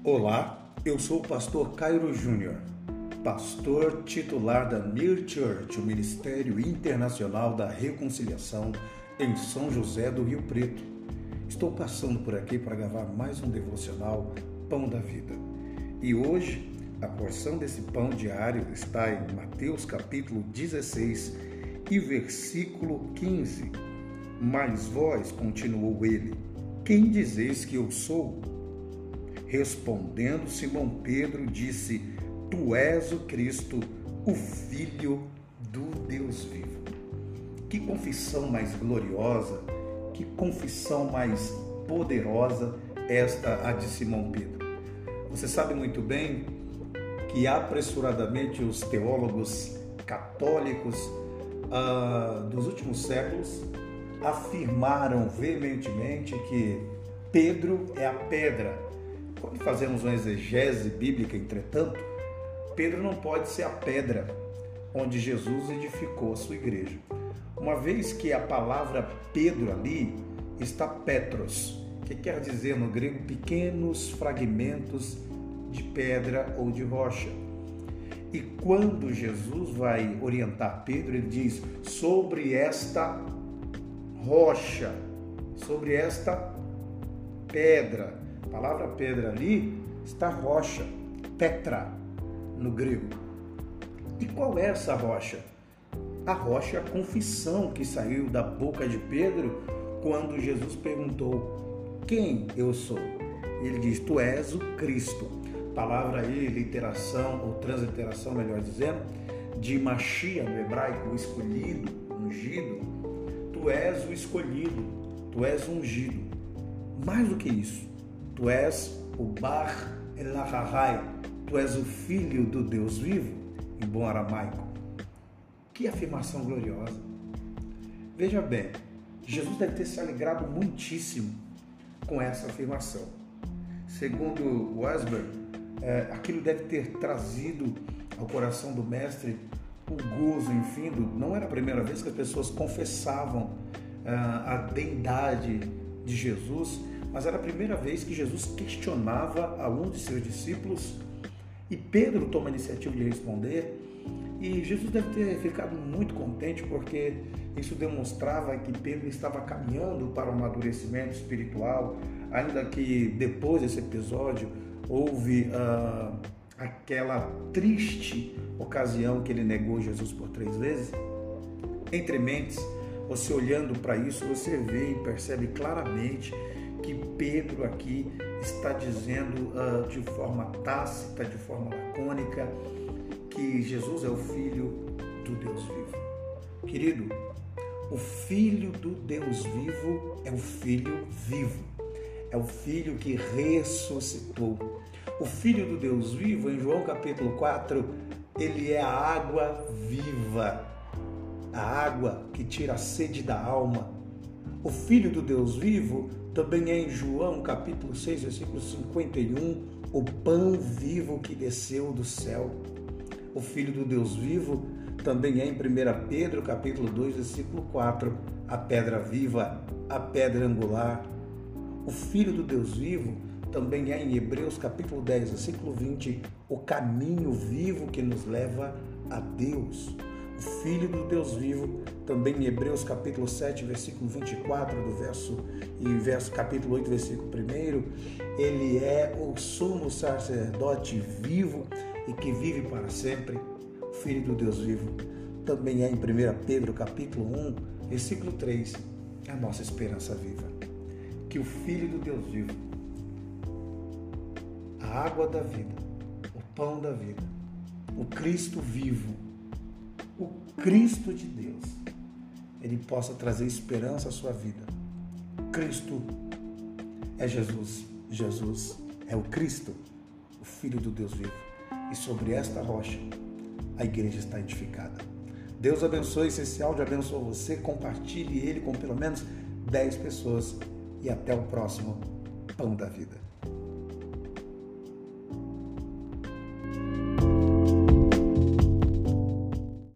Olá, eu sou o pastor Cairo Júnior, pastor titular da Near Church, o Ministério Internacional da Reconciliação em São José do Rio Preto. Estou passando por aqui para gravar mais um devocional Pão da Vida. E hoje, a porção desse pão diário está em Mateus capítulo 16 e versículo 15. Mas vós, continuou ele, quem dizeis que eu sou? Respondendo Simão Pedro, disse, Tu és o Cristo, o Filho do Deus vivo. Que confissão mais gloriosa, que confissão mais poderosa esta a de Simão Pedro. Você sabe muito bem que apressuradamente os teólogos católicos dos últimos séculos afirmaram veementemente que Pedro é a pedra. Quando fazemos uma exegese bíblica, entretanto, Pedro não pode ser a pedra onde Jesus edificou a sua igreja. Uma vez que a palavra Pedro ali está Petros, que quer dizer no grego pequenos fragmentos de pedra ou de rocha. E quando Jesus vai orientar Pedro, ele diz, sobre esta rocha, sobre esta pedra. A palavra pedra ali está rocha, petra, no grego. E qual é essa rocha? A rocha é a confissão que saiu da boca de Pedro quando Jesus perguntou, quem eu sou? Ele diz, tu és o Cristo. Palavra aí, literação ou transliteração, melhor dizendo, de Machia, no hebraico, o escolhido, ungido. Tu és o escolhido, tu és ungido. Mais do que isso, tu és o Bar Elahai, tu és o Filho do Deus vivo, em bom aramaico. Que afirmação gloriosa. Veja bem, Jesus deve ter se alegrado muitíssimo com essa afirmação. Segundo Weisberg, aquilo deve ter trazido ao coração do mestre o gozo, enfim, não era a primeira vez que as pessoas confessavam a deidade de Jesus, mas era a primeira vez que Jesus questionava a um de seus discípulos e Pedro toma a iniciativa de responder e Jesus deve ter ficado muito contente porque isso demonstrava que Pedro estava caminhando para o amadurecimento espiritual, ainda que depois desse episódio houve aquela triste ocasião que ele negou Jesus por 3 vezes. Entre mentes, você olhando para isso, você vê e percebe claramente que Pedro aqui está dizendo de forma tácita, de forma lacônica, que Jesus é o Filho do Deus vivo. Querido, o Filho do Deus vivo é o Filho vivo, é o Filho que ressuscitou. O Filho do Deus vivo, em João capítulo 4, ele é a água viva, a água que tira a sede da alma. O Filho do Deus vivo também é em João capítulo 6, versículo 51, o pão vivo que desceu do céu. O Filho do Deus vivo também é em 1 Pedro capítulo 2, versículo 4, a pedra viva, a pedra angular. O Filho do Deus vivo também é em Hebreus capítulo 10, versículo 20, o caminho vivo que nos leva a Deus. O Filho do Deus vivo, também em Hebreus capítulo 7, versículo 24 verso capítulo 8, versículo 1, ele é o sumo sacerdote vivo e que vive para sempre. O Filho do Deus vivo também é em 1 Pedro capítulo 1, versículo 3, a nossa esperança viva. Que o Filho do Deus vivo, a água da vida, o pão da vida, o Cristo vivo, o Cristo de Deus, ele possa trazer esperança à sua vida. Cristo é Jesus, Jesus é o Cristo, o Filho do Deus vivo. E sobre esta rocha, a igreja está edificada. Deus abençoe esse áudio, abençoe você, compartilhe ele com pelo menos 10 pessoas e até o próximo Pão da Vida.